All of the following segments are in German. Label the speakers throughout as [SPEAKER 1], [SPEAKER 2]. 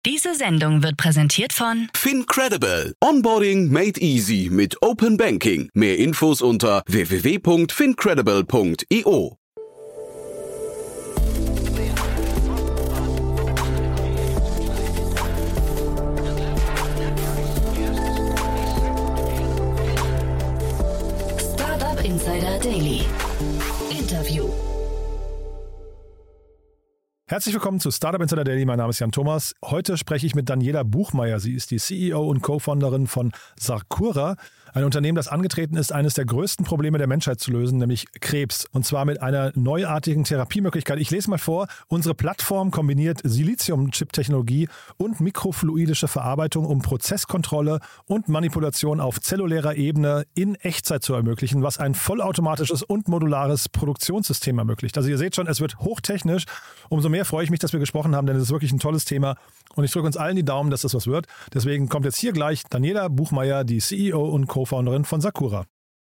[SPEAKER 1] Diese Sendung wird präsentiert von
[SPEAKER 2] FinCredible. Onboarding made easy mit Open Banking. Mehr Infos unter www.fincredible.io.
[SPEAKER 1] Startup Insider Daily. Interview.
[SPEAKER 3] Herzlich willkommen zu Startup Insider Daily. Mein Name ist Jan Thomas. Heute spreche ich mit Daniela Buchmeier. Sie ist die CEO und Co-Founderin von Sarcura, ein Unternehmen, das angetreten ist, eines der größten Probleme der Menschheit zu lösen, nämlich Krebs. Und zwar mit einer neuartigen Therapiemöglichkeit. Ich lese mal vor. Unsere Plattform kombiniert Silizium-Chip-Technologie und mikrofluidische Verarbeitung, um Prozesskontrolle und Manipulation auf zellulärer Ebene in Echtzeit zu ermöglichen, was ein vollautomatisches und modulares Produktionssystem ermöglicht. Also ihr seht schon, es wird hochtechnisch. Umso mehr freue ich mich, dass wir gesprochen haben, denn es ist wirklich ein tolles Thema. Und ich drücke uns allen die Daumen, dass das was wird. Deswegen kommt jetzt hier gleich Daniela Buchmeier, die CEO und Co-Founderin von Sarcura.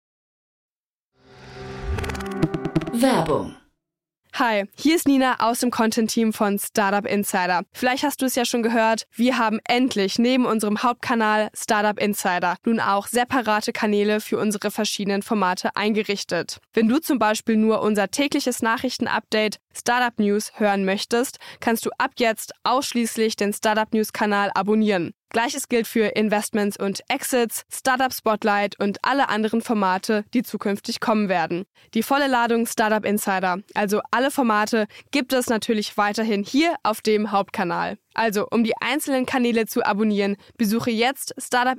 [SPEAKER 1] Werbung.
[SPEAKER 4] Hi, hier ist Nina aus dem Content-Team von Startup Insider. Vielleicht hast du es ja schon gehört, wir haben endlich neben unserem Hauptkanal Startup Insider nun auch separate Kanäle für unsere verschiedenen Formate eingerichtet. Wenn du zum Beispiel nur unser tägliches Nachrichtenupdate Startup News hören möchtest, kannst du ab jetzt ausschließlich den Startup News-Kanal abonnieren. Gleiches gilt für Investments und Exits, Startup Spotlight und alle anderen Formate, die zukünftig kommen werden. Die volle Ladung Startup Insider, also alle Formate, gibt es natürlich weiterhin hier auf dem Hauptkanal. Also, um die einzelnen Kanäle zu abonnieren, besuche jetzt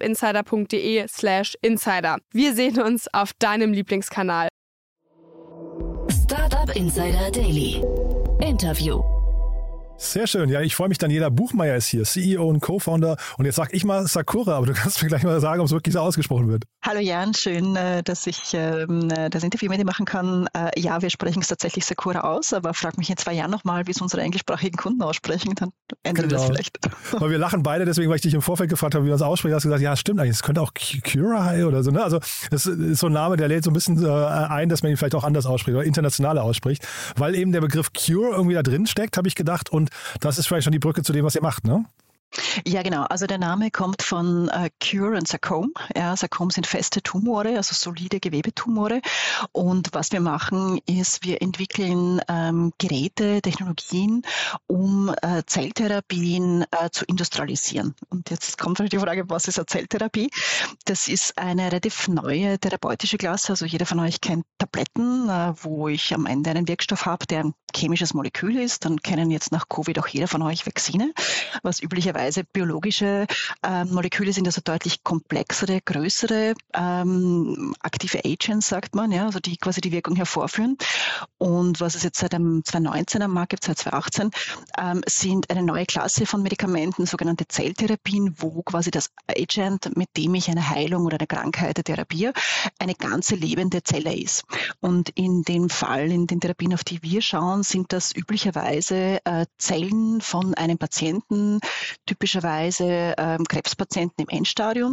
[SPEAKER 4] startupinsider.de/insider. Wir sehen uns auf deinem Lieblingskanal.
[SPEAKER 1] Startup Insider Daily. Interview.
[SPEAKER 3] Sehr schön. Ja, ich freue mich. Daniela Buchmeier ist hier, CEO und Co-Founder. Und jetzt sage ich mal Sarcura, aber du kannst mir gleich mal sagen, ob es wirklich so ausgesprochen wird.
[SPEAKER 5] Hallo Jan, schön, dass ich das Interview mit dir machen kann. Ja, wir sprechen es tatsächlich Sarcura aus, aber frag mich in 2 Jahren nochmal, wie es unsere englischsprachigen Kunden aussprechen, dann ändern wir es vielleicht.
[SPEAKER 3] Weil wir lachen beide, deswegen, weil ich dich im Vorfeld gefragt habe, wie man es ausspricht, hast du gesagt, ja, stimmt eigentlich, es könnte auch Cura oder so. Ne? Also das ist so ein Name, der lädt so ein bisschen ein, dass man ihn vielleicht auch anders ausspricht oder internationaler ausspricht, weil eben der Begriff Cure irgendwie da drin steckt, habe ich gedacht. Und das ist vielleicht schon die Brücke zu dem, was ihr macht, ne?
[SPEAKER 5] Ja, genau. Also der Name kommt von Cure und Sarcom. Ja, Sarcom sind feste Tumore, also solide Gewebetumore. Und was wir machen, ist, wir entwickeln Geräte, Technologien, um Zelltherapien zu industrialisieren. Und jetzt kommt die Frage, was ist eine Zelltherapie? Das ist eine relativ neue therapeutische Klasse. Also jeder von euch kennt Tabletten, wo ich am Ende einen Wirkstoff habe, der ein chemisches Molekül ist. Dann kennen jetzt nach Covid auch jeder von euch Vakzine, was üblicherweise biologische Moleküle sind, also deutlich komplexere, größere aktive Agents, sagt man, ja, also die quasi die Wirkung hervorführen. Und was es jetzt seit 2019 am Markt gibt, seit 2018, sind eine neue Klasse von Medikamenten, sogenannte Zelltherapien, wo quasi das Agent, mit dem ich eine Heilung oder eine Krankheit therapiere, eine ganze lebende Zelle ist. Und in dem Fall, in den Therapien, auf die wir schauen, sind das üblicherweise Zellen von einem Patienten, typischerweise Krebspatienten im Endstadium,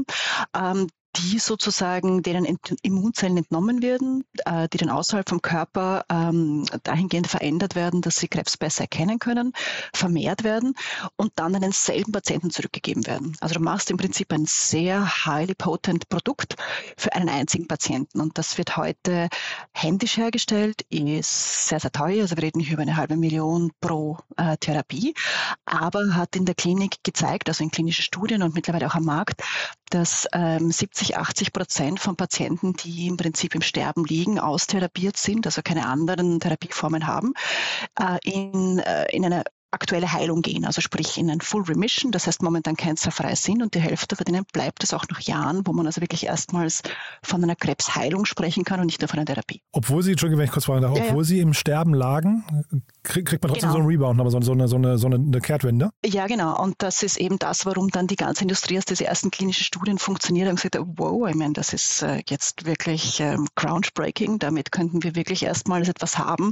[SPEAKER 5] die sozusagen denen Immunzellen entnommen werden, die dann außerhalb vom Körper dahingehend verändert werden, dass sie Krebs besser erkennen können, vermehrt werden und dann an denselben Patienten zurückgegeben werden. Also du machst im Prinzip ein sehr highly potent Produkt für einen einzigen Patienten und das wird heute händisch hergestellt, ist sehr, sehr teuer, also wir reden hier über 500.000 pro Therapie, aber hat in der Klinik gezeigt, also in klinischen Studien und mittlerweile auch am Markt, dass 70-80% von Patienten, die im Prinzip im Sterben liegen, austherapiert sind, also keine anderen Therapieformen haben, in eine aktuelle Heilung gehen, also sprich in ein Full Remission, das heißt momentan cancerfrei sind und die Hälfte von denen bleibt es auch nach Jahren, wo man also wirklich erstmals von einer Krebsheilung sprechen kann und nicht nur von einer Therapie.
[SPEAKER 3] Obwohl Sie, Entschuldigung, wenn ich kurz fragen darf, obwohl Sie im Sterben lagen, kriegt man trotzdem so einen Rebound, aber so eine Kehrtwende?
[SPEAKER 5] Ja, genau. Und das ist eben das, warum dann die ganze Industrie aus diesen ersten klinischen Studien funktioniert und gesagt hat, wow, ich meine, das ist jetzt wirklich groundbreaking. Damit könnten wir wirklich erstmals etwas haben,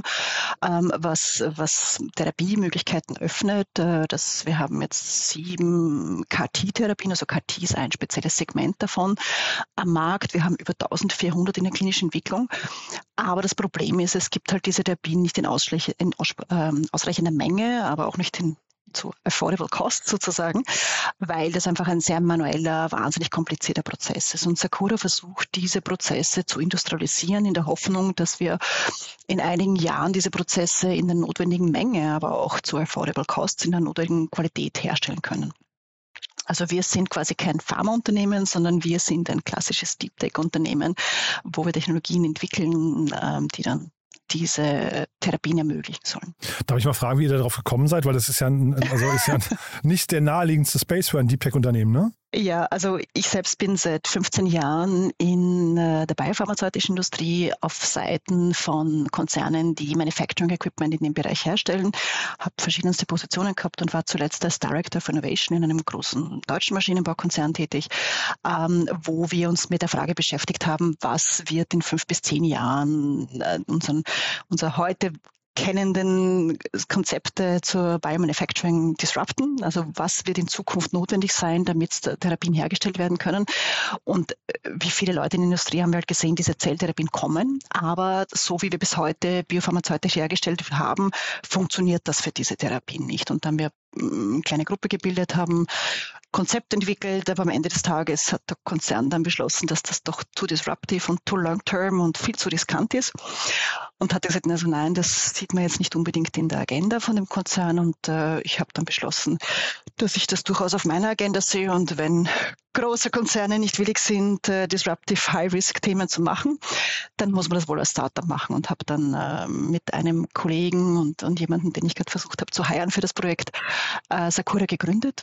[SPEAKER 5] was Therapiemöglichkeiten öffnet. Wir haben jetzt 7 CAR-T-Therapien, also CAR-T ist ein spezielles Segment davon am Markt. Wir haben über 1400 in der klinischen Entwicklung. Aber das Problem ist, es gibt halt diese Therapien nicht in ausreichender Menge, aber auch nicht in zu affordable cost sozusagen, weil das einfach ein sehr manueller, wahnsinnig komplizierter Prozess ist. Und Sakura versucht, diese Prozesse zu industrialisieren in der Hoffnung, dass wir in einigen Jahren diese Prozesse in der notwendigen Menge, aber auch zu affordable costs in der notwendigen Qualität herstellen können. Also wir sind quasi kein Pharmaunternehmen, sondern wir sind ein klassisches Deep Tech-Unternehmen, wo wir Technologien entwickeln, die dann diese Therapien ermöglichen sollen.
[SPEAKER 3] Darf ich mal fragen, wie ihr darauf gekommen seid? Weil das ist ja, nicht der naheliegendste Space für ein Deep Tech-Unternehmen, ne?
[SPEAKER 5] Ja, also ich selbst bin seit 15 Jahren in der biopharmazeutischen Industrie auf Seiten von Konzernen, die Manufacturing Equipment in dem Bereich herstellen, habe verschiedenste Positionen gehabt und war zuletzt als Director of Innovation in einem großen deutschen Maschinenbaukonzern tätig, wo wir uns mit der Frage beschäftigt haben, was wird in 5 bis 10 Jahren unser heute kennenden Konzepte zur Biomanufacturing disrupten. Also was wird in Zukunft notwendig sein, damit Therapien hergestellt werden können. Und wie viele Leute in der Industrie haben wir halt gesehen, diese Zelltherapien kommen. Aber so wie wir bis heute biopharmazeutisch hergestellt haben, funktioniert das für diese Therapien nicht. Und dann haben wir eine kleine Gruppe gebildet, haben Konzept entwickelt, aber am Ende des Tages hat der Konzern dann beschlossen, dass das doch zu disruptive und too long term und viel zu riskant ist und hat gesagt, also nein, das sieht man jetzt nicht unbedingt in der Agenda von dem Konzern und ich habe dann beschlossen, dass ich das durchaus auf meiner Agenda sehe und wenn große Konzerne nicht willig sind, disruptive High-Risk-Themen zu machen, dann muss man das wohl als Startup machen und habe dann mit einem Kollegen und jemanden, den ich gerade versucht habe zu hiren für das Projekt, Sakura gegründet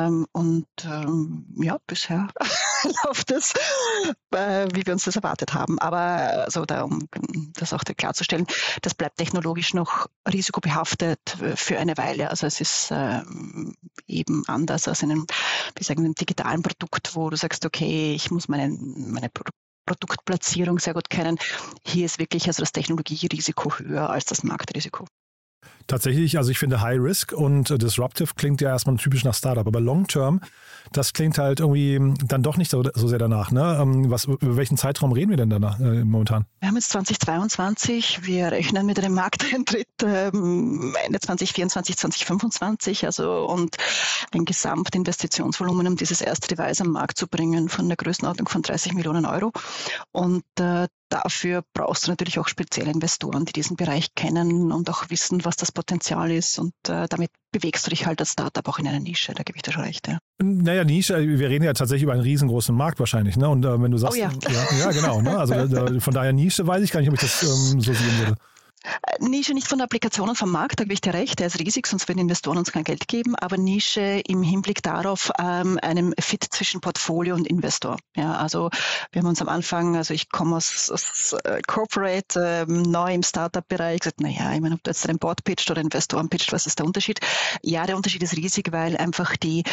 [SPEAKER 5] bisher läuft es, wie wir uns das erwartet haben. Aber also um das auch klarzustellen, das bleibt technologisch noch risikobehaftet für eine Weile. Also es ist eben anders als in einem digitalen Produkt, wo du sagst, okay, ich muss meine Produktplatzierung sehr gut kennen. Hier ist wirklich also das Technologierisiko höher als das Marktrisiko.
[SPEAKER 3] Tatsächlich, also ich finde High Risk und Disruptive klingt ja erstmal typisch nach Startup, aber Long Term, das klingt halt irgendwie dann doch nicht so sehr danach. Ne? Über welchen Zeitraum reden wir denn danach momentan?
[SPEAKER 5] Wir haben jetzt 2022, wir rechnen mit einem Markteintritt Ende 2024, 2025, und ein Gesamtinvestitionsvolumen, um dieses erste Device am Markt zu bringen, von der Größenordnung von 30 Millionen Euro. Und dafür brauchst du natürlich auch spezielle Investoren, die diesen Bereich kennen und auch wissen, was das Potenzial ist. Und damit bewegst du dich halt als Startup auch in einer Nische, da gebe ich dir schon recht. Ja.
[SPEAKER 3] Naja, Nische, wir reden ja tatsächlich über einen riesengroßen Markt wahrscheinlich. Ne? Und wenn du sagst, ja genau. Ne? Also von daher Nische weiß ich gar nicht, ob ich das so sehen würde.
[SPEAKER 5] Nische nicht von der Applikation und vom Markt, da gebe ich dir recht, der ist riesig, sonst würden Investoren uns kein Geld geben, aber Nische im Hinblick darauf, einem Fit zwischen Portfolio und Investor. Ja, also wir haben uns am Anfang, also ich komme aus Corporate, neu im Startup-Bereich, gesagt, ob du jetzt einen Board pitcht oder Investoren pitcht, was ist der Unterschied? Ja, der Unterschied ist riesig, weil einfach dieser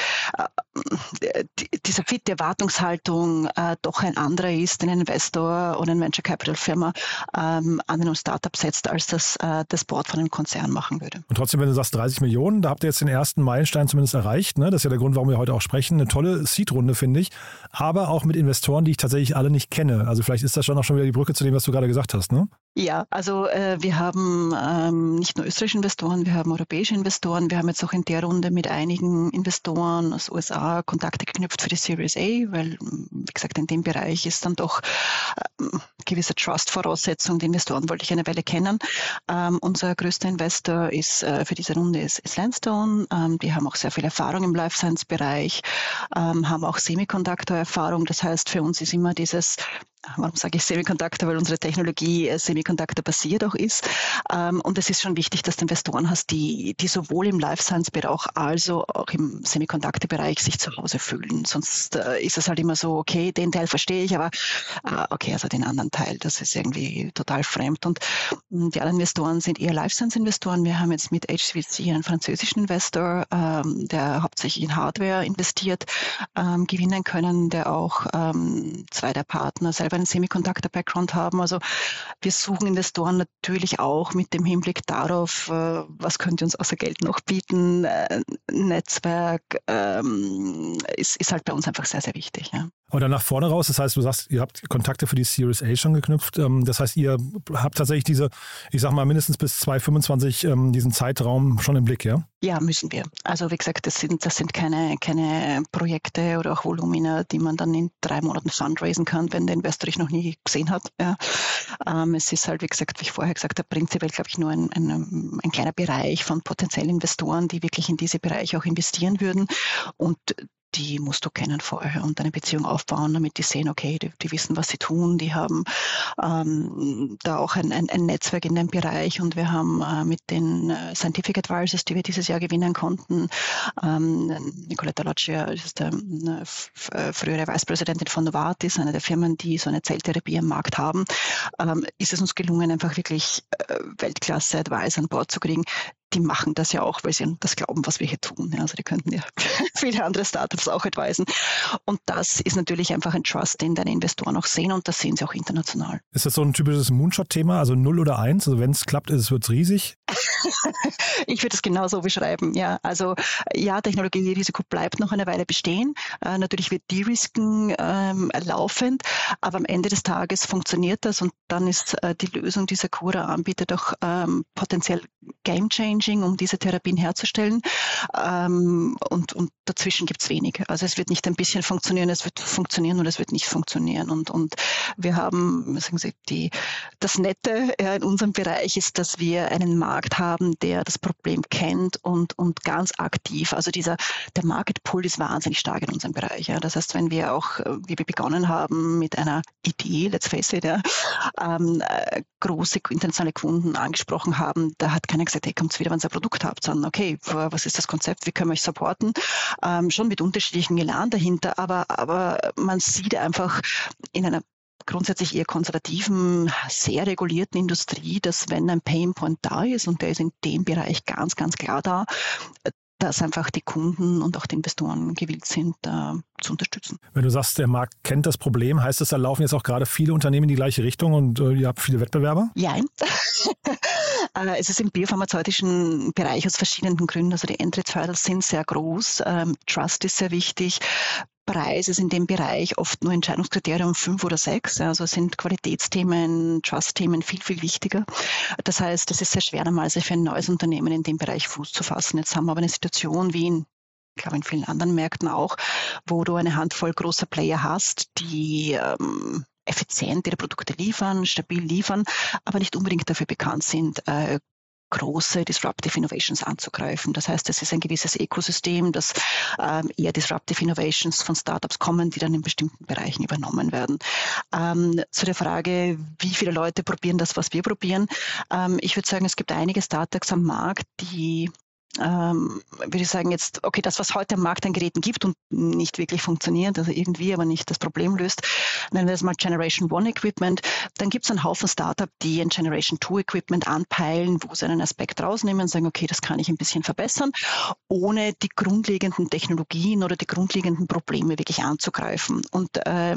[SPEAKER 5] Fit, die Erwartungshaltung doch ein anderer ist, den ein Investor oder eine Venture-Capital-Firma an einem Startup setzt, als das Board von einem Konzern machen würde.
[SPEAKER 3] Und trotzdem, wenn du sagst 30 Millionen, da habt ihr jetzt den ersten Meilenstein zumindest erreicht. Ne? Das ist ja der Grund, warum wir heute auch sprechen. Eine tolle Seed-Runde, finde ich. Aber auch mit Investoren, die ich tatsächlich alle nicht kenne. Also vielleicht ist das schon wieder die Brücke zu dem, was du gerade gesagt hast, ne?
[SPEAKER 5] Ja, also wir haben nicht nur österreichische Investoren, wir haben europäische Investoren. Wir haben jetzt auch in der Runde mit einigen Investoren aus USA Kontakte geknüpft für die Series A, weil, wie gesagt, in dem Bereich ist dann doch gewisse Trust-Voraussetzung. Die Investoren wollte ich eine Weile kennen. Unser größter Investor für diese Runde ist Lansdowne. Die haben auch sehr viel Erfahrung im Life Science-Bereich, haben auch Semiconductor-Erfahrung. Das heißt, für uns ist immer dieses, warum sage ich Semiconductor? Weil unsere Technologie Semiconductor-basiert auch ist. Und es ist schon wichtig, dass du Investoren hast, die sowohl im Life Science-Bereich als auch im Semiconductor-Bereich sich zu Hause fühlen. Sonst ist es halt immer so, okay, den Teil verstehe ich, aber also den anderen Teil, das ist irgendwie total fremd. Und die anderen Investoren sind eher Life Science-Investoren. Wir haben jetzt mit HCVC einen französischen Investor, der hauptsächlich in Hardware investiert, gewinnen können, der auch zwei der Partner selber selber einen Semiconductor-Background haben. Also wir suchen Investoren natürlich auch mit dem Hinblick darauf, was könnt ihr uns außer Geld noch bieten. Netzwerk ist halt bei uns einfach sehr, sehr wichtig. Ja.
[SPEAKER 3] Aber dann nach vorne raus, das heißt, du sagst, ihr habt Kontakte für die Series A schon geknüpft. Das heißt, ihr habt tatsächlich diese, ich sag mal, mindestens bis 2025 diesen Zeitraum schon im Blick, ja?
[SPEAKER 5] Ja, müssen wir. Also wie gesagt, das sind keine Projekte oder auch Volumina, die man dann in 3 Monaten fundraisen kann, wenn der Investor dich noch nie gesehen hat. Ja. Es ist halt, wie gesagt, wie ich vorher gesagt habe, prinzipiell, glaube ich, nur ein kleiner Bereich von potenziellen Investoren, die wirklich in diese Bereiche auch investieren würden. Und die musst du kennen vorher und eine Beziehung aufbauen, damit die sehen, okay, die wissen, was sie tun, die haben da auch ein Netzwerk in dem Bereich und wir haben mit den Scientific Advisors, die wir dieses Jahr gewinnen konnten, Nicoletta Loggia ist frühere Vicepräsidentin von Novartis, eine der Firmen, die so eine Zelltherapie am Markt haben, ist es uns gelungen, einfach wirklich Weltklasse-Advisor an Bord zu kriegen. Die machen das ja auch, weil sie an das glauben, was wir hier tun. Ja, also die könnten ja viele andere Startups auch advisen. Und das ist natürlich einfach ein Trust, den deine Investoren auch sehen und das sehen sie auch international.
[SPEAKER 3] Ist das so ein typisches Moonshot-Thema, also 0 oder 1? Also wenn es klappt, wird es riesig?
[SPEAKER 5] Ich würde es genau so beschreiben, ja. Also ja, Technologierisiko bleibt noch eine Weile bestehen. Natürlich wird De-Risken laufend, aber am Ende des Tages funktioniert das und dann ist die Lösung, die Sakura anbietet, auch potenziell game-changing, um diese Therapien herzustellen. Und dazwischen gibt es wenig. Also es wird nicht ein bisschen funktionieren, es wird funktionieren oder es wird nicht funktionieren. Und wir haben, sagen Sie, das Nette in unserem Bereich ist, dass wir einen Markt haben, der das Problem kennt und ganz aktiv. Also der Market Pull ist wahnsinnig stark in unserem Bereich. Ja. Das heißt, wenn wir auch, wie wir begonnen haben, mit einer Idee, let's face it, große internationale Kunden angesprochen haben, da hat keiner gesagt, hey, kommt wieder, wenn ihr ein Produkt habt, sondern okay, was ist das Konzept, wie können wir euch supporten? Schon mit unterschiedlichen Elan dahinter, aber man sieht einfach in einer grundsätzlich eher konservativen, sehr regulierten Industrie, dass wenn ein Painpoint da ist und der ist in dem Bereich ganz, ganz klar da, dass einfach die Kunden und auch die Investoren gewillt sind, zu unterstützen.
[SPEAKER 3] Wenn du sagst, der Markt kennt das Problem, heißt das, da laufen jetzt auch gerade viele Unternehmen in die gleiche Richtung und ihr habt viele Wettbewerber?
[SPEAKER 5] Nein. Es ist im biopharmazeutischen Bereich aus verschiedenen Gründen. Also die Entry-Hurdles sind sehr groß. Trust ist sehr wichtig. Preis ist in dem Bereich oft nur Entscheidungskriterium 5 oder 6. Also sind Qualitätsthemen, Trust-Themen viel, viel wichtiger. Das heißt, es ist sehr schwer normalerweise für ein neues Unternehmen in dem Bereich Fuß zu fassen. Jetzt haben wir aber eine Situation wie ich glaube in vielen anderen Märkten auch, wo du eine Handvoll großer Player hast, die effizient ihre Produkte liefern, stabil liefern, aber nicht unbedingt dafür bekannt sind, große Disruptive Innovations anzugreifen. Das heißt, es ist ein gewisses Ökosystem, das eher Disruptive Innovations von Startups kommen, die dann in bestimmten Bereichen übernommen werden. Zu der Frage, wie viele Leute probieren das, was wir probieren. Ich würde sagen, es gibt einige Startups am Markt, die würde ich sagen jetzt, okay, das, was heute am Markt an Geräten gibt und nicht wirklich funktioniert, also irgendwie aber nicht das Problem löst, nennen wir es mal Generation 1 Equipment, dann gibt es einen Haufen Startup, die ein Generation 2 Equipment anpeilen, wo sie einen Aspekt rausnehmen und sagen, okay, das kann ich ein bisschen verbessern, ohne die grundlegenden Technologien oder die grundlegenden Probleme wirklich anzugreifen. Und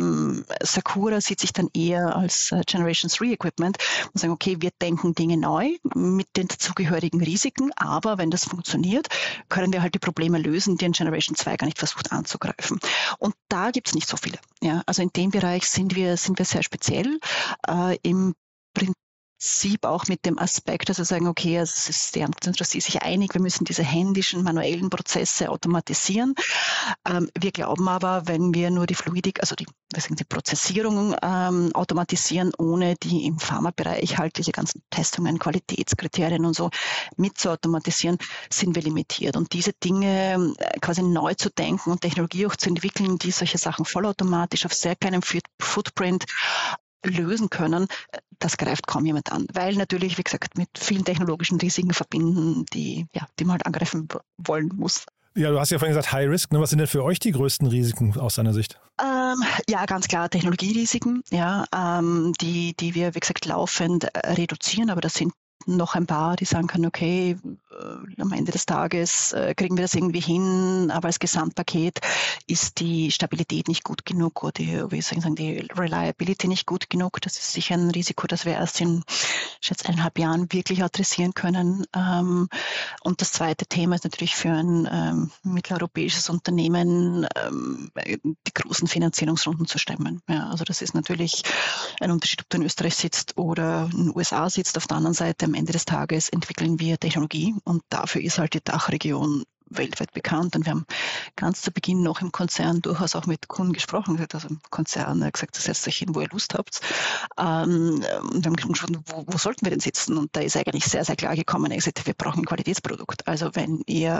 [SPEAKER 5] Sakura sieht sich dann eher als Generation 3 Equipment und sagen, okay, wir denken Dinge neu mit den dazugehörigen Risiken, aber wenn das funktioniert, können wir halt die Probleme lösen, die ein Generation 2 gar nicht versucht anzugreifen. Und da gibt es nicht so viele. Ja, also in dem Bereich sind wir sehr speziell. Im Prinzip auch mit dem Aspekt, dass wir sagen, okay, es ist die Industrie sich einig, wir müssen diese händischen, manuellen Prozesse automatisieren. Wir glauben aber, wenn wir nur die Fluidik, also die Prozessierung automatisieren, ohne die im Pharmabereich halt diese ganzen Testungen, Qualitätskriterien und so mit zu automatisieren, sind wir limitiert. Und diese Dinge quasi neu zu denken und Technologie auch zu entwickeln, die solche Sachen vollautomatisch auf sehr kleinem Footprint lösen können, das greift kaum jemand an. Weil natürlich, wie gesagt, mit vielen technologischen Risiken verbinden, die man halt angreifen wollen muss.
[SPEAKER 3] Ja, du hast ja vorhin gesagt, High Risk. Was sind denn für euch die größten Risiken aus deiner Sicht?
[SPEAKER 5] Ja, ganz klar Technologierisiken, die wir, wie gesagt, laufend reduzieren, aber das sind noch ein paar, die sagen können, okay, am Ende des Tages kriegen wir das irgendwie hin, aber als Gesamtpaket ist die Stabilität nicht gut genug oder die Reliability nicht gut genug. Das ist sicher ein Risiko, das wir erst in 1,5 Jahren wirklich adressieren können. Und das zweite Thema ist natürlich für ein mitteleuropäisches Unternehmen, die großen Finanzierungsrunden zu stemmen. Ja, also das ist natürlich ein Unterschied, ob du in Österreich sitzt oder in den USA sitzt. Auf der anderen Seite, am Ende des Tages entwickeln wir Technologie und dafür ist halt die Dachregion weltweit bekannt. Und wir haben ganz zu Beginn noch im Konzern durchaus auch mit Kunden gesprochen. Also im Konzern hat gesagt, setzt euch hin, wo ihr Lust habt. Und wir haben gesprochen, wo sollten wir denn sitzen? Und da ist eigentlich sehr, sehr klar gekommen, er hat gesagt, wir brauchen ein Qualitätsprodukt. Also wenn ihr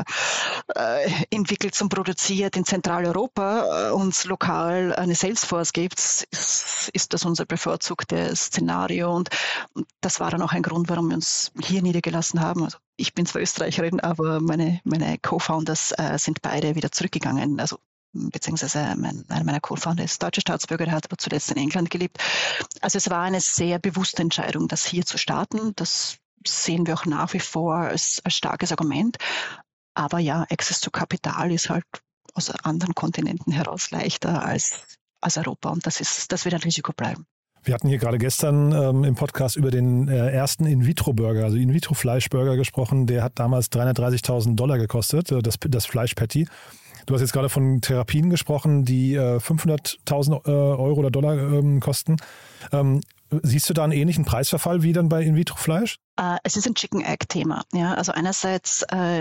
[SPEAKER 5] entwickelt und produziert in Zentraleuropa uns lokal eine Salesforce gibt, ist das unser bevorzugtes Szenario. Und das war dann auch ein Grund, warum wir uns hier niedergelassen haben. Also ich bin zwar Österreicherin, aber meine Co-Founders sind beide wieder zurückgegangen. Also beziehungsweise einer meiner Co-Founder ist deutscher Staatsbürger, der hat aber zuletzt in England gelebt. Also es war eine sehr bewusste Entscheidung, das hier zu starten. Das sehen wir auch nach wie vor als starkes Argument. Aber ja, Access zu Kapital ist halt aus anderen Kontinenten heraus leichter als Europa. Und das wird ein Risiko bleiben.
[SPEAKER 3] Wir hatten hier gerade gestern im Podcast über den ersten In-vitro-Burger, also In-vitro-Fleischburger gesprochen. Der hat damals $330.000 gekostet, das Fleischpatty. Du hast jetzt gerade von Therapien gesprochen, die 500.000 Euro oder Dollar kosten. Siehst du da einen ähnlichen Preisverfall wie dann bei In-vitro-Fleisch?
[SPEAKER 5] Es ist ein Chicken-Egg-Thema. Ja? Also einerseits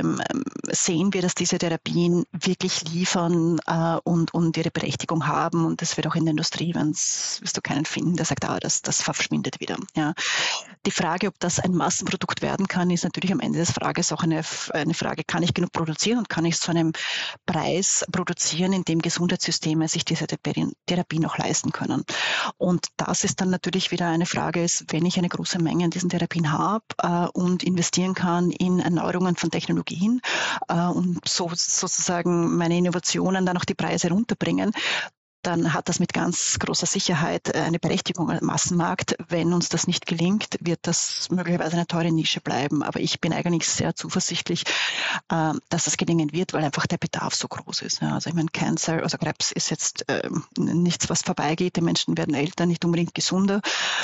[SPEAKER 5] sehen wir, dass diese Therapien wirklich liefern und ihre Berechtigung haben. Und das wird auch in der Industrie, wirst du keinen finden, der sagt, das verschwindet wieder. Ja? Die Frage, ob das ein Massenprodukt werden kann, ist natürlich am Ende des Tages auch eine Frage, kann ich genug produzieren und kann ich zu einem Preis produzieren, in dem Gesundheitssysteme sich diese Therapie noch leisten können. Und das ist dann natürlich wieder eine Frage, wenn ich eine große Menge an diesen Therapien habe, und investieren kann in Erneuerungen von Technologien und so sozusagen meine Innovationen dann auch die Preise runterbringen, dann hat das mit ganz großer Sicherheit eine Berechtigung am Massenmarkt. Wenn uns das nicht gelingt, wird das möglicherweise eine teure Nische bleiben. Aber ich bin eigentlich sehr zuversichtlich, dass das gelingen wird, weil einfach der Bedarf so groß ist. Ja, also ich meine, Krebs ist jetzt nichts, was vorbeigeht. Die Menschen werden älter, nicht unbedingt gesunder.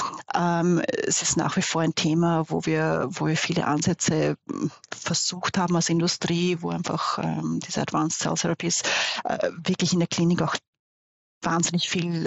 [SPEAKER 5] Es ist nach wie vor ein Thema, wo wir viele Ansätze versucht haben als Industrie, wo einfach diese Advanced Cell Therapies wirklich in der Klinik auch wahnsinnig viel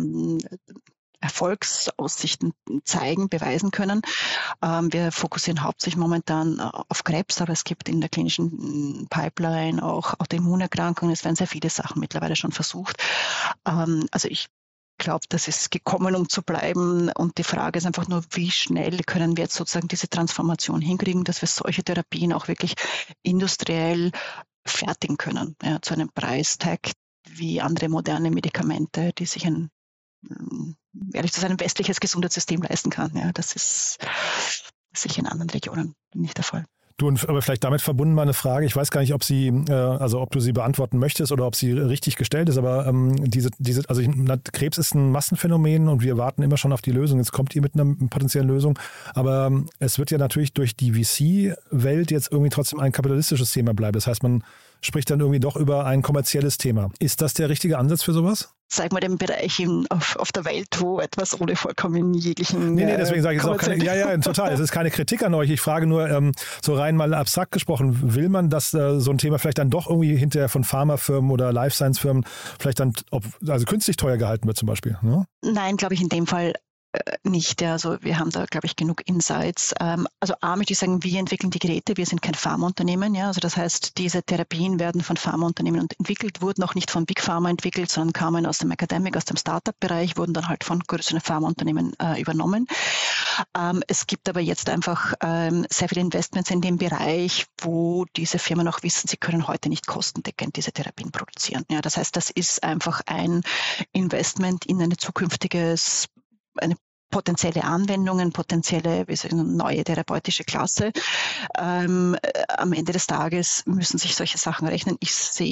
[SPEAKER 5] Erfolgsaussichten beweisen können. Wir fokussieren hauptsächlich momentan auf Krebs, aber es gibt in der klinischen Pipeline auch Autoimmunerkrankungen. Es werden sehr viele Sachen mittlerweile schon versucht. Also ich glaube, das ist gekommen, um zu bleiben. Und die Frage ist einfach nur, wie schnell können wir jetzt sozusagen diese Transformation hinkriegen, dass wir solche Therapien auch wirklich industriell fertigen können, ja, zu einem Preistag wie andere moderne Medikamente, die sich ehrlich zu sein, ein westliches Gesundheitssystem leisten kann. Ja, das ist sicher in anderen Regionen nicht der Fall.
[SPEAKER 3] Du, aber vielleicht damit verbunden mal eine Frage. Ich weiß gar nicht, ob du sie beantworten möchtest oder ob sie richtig gestellt ist, aber Krebs ist ein Massenphänomen und wir warten immer schon auf die Lösung. Jetzt kommt ihr mit einer potenziellen Lösung, aber es wird ja natürlich durch die VC-Welt jetzt irgendwie trotzdem ein kapitalistisches Thema bleiben. Das heißt, man spricht dann irgendwie doch über ein kommerzielles Thema. Ist das der richtige Ansatz für sowas?
[SPEAKER 5] Sag mal, den Bereich auf der Welt, wo etwas ohne vollkommen jeglichen...
[SPEAKER 3] Nee, deswegen sage ich jetzt auch keine... Ja, total. Es ist keine Kritik an euch. Ich frage nur, so rein mal abstrakt gesprochen, will man, dass so ein Thema vielleicht dann doch irgendwie hinterher von Pharmafirmen oder Life Science Firmen vielleicht dann künstlich teuer gehalten wird zum Beispiel? Ne?
[SPEAKER 5] Nein, glaube ich in dem Fall nicht. Also wir haben da, glaube ich, genug Insights. Also A, möchte ich sagen, wir entwickeln die Geräte, wir sind kein Pharmaunternehmen. Ja? Also das heißt, diese Therapien werden von Pharmaunternehmen entwickelt, wurden auch nicht von Big Pharma entwickelt, sondern kamen aus dem Academic, aus dem Startup-Bereich, wurden dann halt von größeren Pharmaunternehmen übernommen. Es gibt aber jetzt einfach sehr viele Investments in dem Bereich, wo diese Firmen auch wissen, sie können heute nicht kostendeckend diese Therapien produzieren. Ja? Das heißt, das ist einfach ein Investment in eine potenzielle Anwendungen, potenzielle neue therapeutische Klasse. Am Ende des Tages müssen sich solche Sachen rechnen. Ich sehe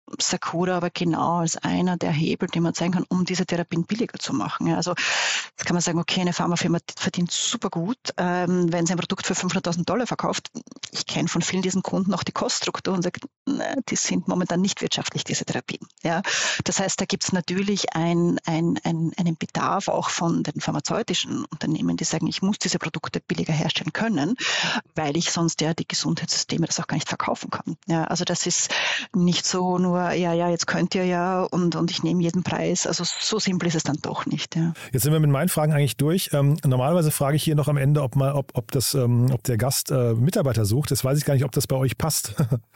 [SPEAKER 5] Sakura aber genau als einer der Hebel, den man zeigen kann, um diese Therapien billiger zu machen. Ja, also jetzt kann man sagen, okay, eine Pharmafirma verdient super gut, wenn sie ein Produkt für $500.000 verkauft. Ich kenne von vielen diesen Kunden auch die Koststruktur und sage, die sind momentan nicht wirtschaftlich, diese Therapien. Ja, das heißt, da gibt es natürlich einen Bedarf auch von den pharmazeutischen Unternehmen, die sagen, ich muss diese Produkte billiger herstellen können, weil ich sonst ja die Gesundheitssysteme das auch gar nicht verkaufen kann. Ja, also das ist nicht so nur, jetzt könnt ihr ja und ich nehme jeden Preis. Also so simpel ist es dann doch nicht. Ja.
[SPEAKER 3] Jetzt sind wir mit meinen Fragen eigentlich durch. Normalerweise frage ich hier noch am Ende, ob der Gast Mitarbeiter sucht. Jetzt weiß ich gar nicht, ob das bei euch passt.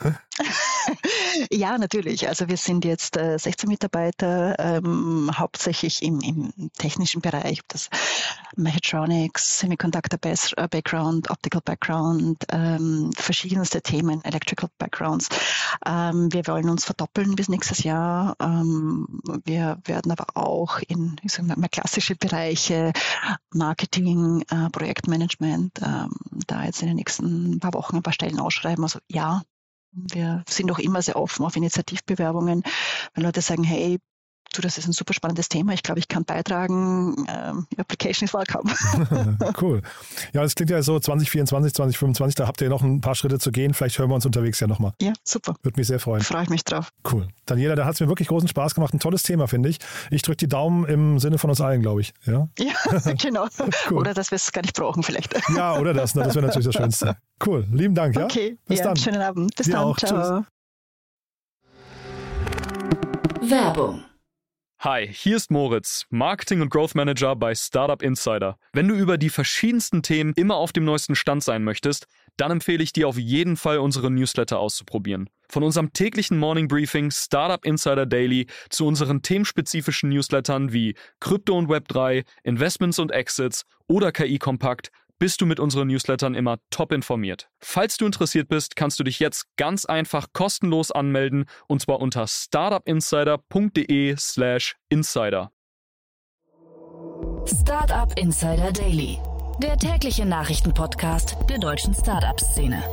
[SPEAKER 5] Ja, natürlich. Also wir sind jetzt 16 Mitarbeiter, hauptsächlich im technischen Bereich, ob das Mechatronics, Semiconductor Background, Optical Background, verschiedenste Themen, Electrical Backgrounds. Wir wollen uns verdoppeln bis nächstes Jahr. Wir werden aber auch in klassische Bereiche Marketing, Projektmanagement, da jetzt in den nächsten paar Wochen ein paar Stellen ausschreiben. Also ja, wir sind auch immer sehr offen auf Initiativbewerbungen, wenn Leute sagen, hey, das ist ein super spannendes Thema, ich glaube, ich kann beitragen, Application is welcome.
[SPEAKER 3] Cool. Ja, das klingt ja so 2024, 2025, da habt ihr noch ein paar Schritte zu gehen, vielleicht hören wir uns unterwegs ja nochmal.
[SPEAKER 5] Ja, super.
[SPEAKER 3] Würde mich sehr freuen.
[SPEAKER 5] Freue ich mich drauf.
[SPEAKER 3] Cool. Daniela, da hat es mir wirklich großen Spaß gemacht, ein tolles Thema, finde ich. Ich drücke die Daumen im Sinne von uns allen, glaube ich. Ja,
[SPEAKER 5] genau. Cool. Oder dass wir es gar nicht brauchen vielleicht.
[SPEAKER 3] Ja, oder das wäre natürlich das Schönste. Cool, lieben Dank. Ja?
[SPEAKER 5] Okay,
[SPEAKER 3] bis dann.
[SPEAKER 5] Schönen Abend. Bis
[SPEAKER 3] dir
[SPEAKER 5] dann.
[SPEAKER 3] Auch.
[SPEAKER 5] Ciao.
[SPEAKER 3] Tschüss.
[SPEAKER 1] Werbung.
[SPEAKER 6] Hi, hier ist Moritz, Marketing- und Growth Manager bei Startup Insider. Wenn du über die verschiedensten Themen immer auf dem neuesten Stand sein möchtest, dann empfehle ich dir auf jeden Fall, unsere Newsletter auszuprobieren. Von unserem täglichen Morning Briefing Startup Insider Daily zu unseren themenspezifischen Newslettern wie Krypto und Web3, Investments und Exits oder KI Kompakt, bist du mit unseren Newslettern immer top informiert. Falls du interessiert bist, kannst du dich jetzt ganz einfach kostenlos anmelden und zwar unter startupinsider.de/insider.
[SPEAKER 1] Startup Insider Daily, der tägliche Nachrichtenpodcast der deutschen Startup-Szene.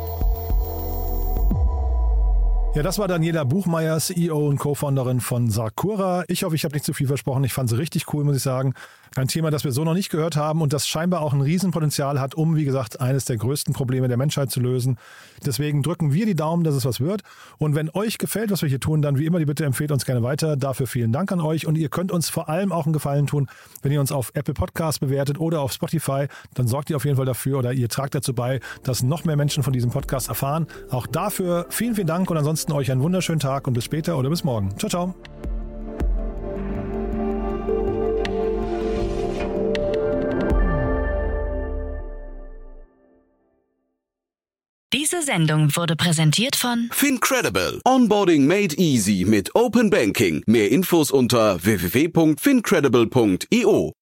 [SPEAKER 3] Ja, das war Daniela Buchmeier, CEO und Co-Founderin von Sakura. Ich hoffe, ich habe nicht zu viel versprochen. Ich fand sie richtig cool, muss ich sagen. Ein Thema, das wir so noch nicht gehört haben und das scheinbar auch ein Riesenpotenzial hat, um, wie gesagt, eines der größten Probleme der Menschheit zu lösen. Deswegen drücken wir die Daumen, dass es was wird. Und wenn euch gefällt, was wir hier tun, dann wie immer die Bitte, empfehlt uns gerne weiter. Dafür vielen Dank an euch. Und ihr könnt uns vor allem auch einen Gefallen tun, wenn ihr uns auf Apple Podcasts bewertet oder auf Spotify. Dann sorgt ihr auf jeden Fall dafür oder ihr tragt dazu bei, dass noch mehr Menschen von diesem Podcast erfahren. Auch dafür vielen, vielen Dank und ansonsten euch einen wunderschönen Tag und bis später oder bis morgen. Ciao, ciao.
[SPEAKER 1] Diese Sendung wurde präsentiert von
[SPEAKER 2] Fincredible. Onboarding made easy mit Open Banking. Mehr Infos unter www.fincredible.io.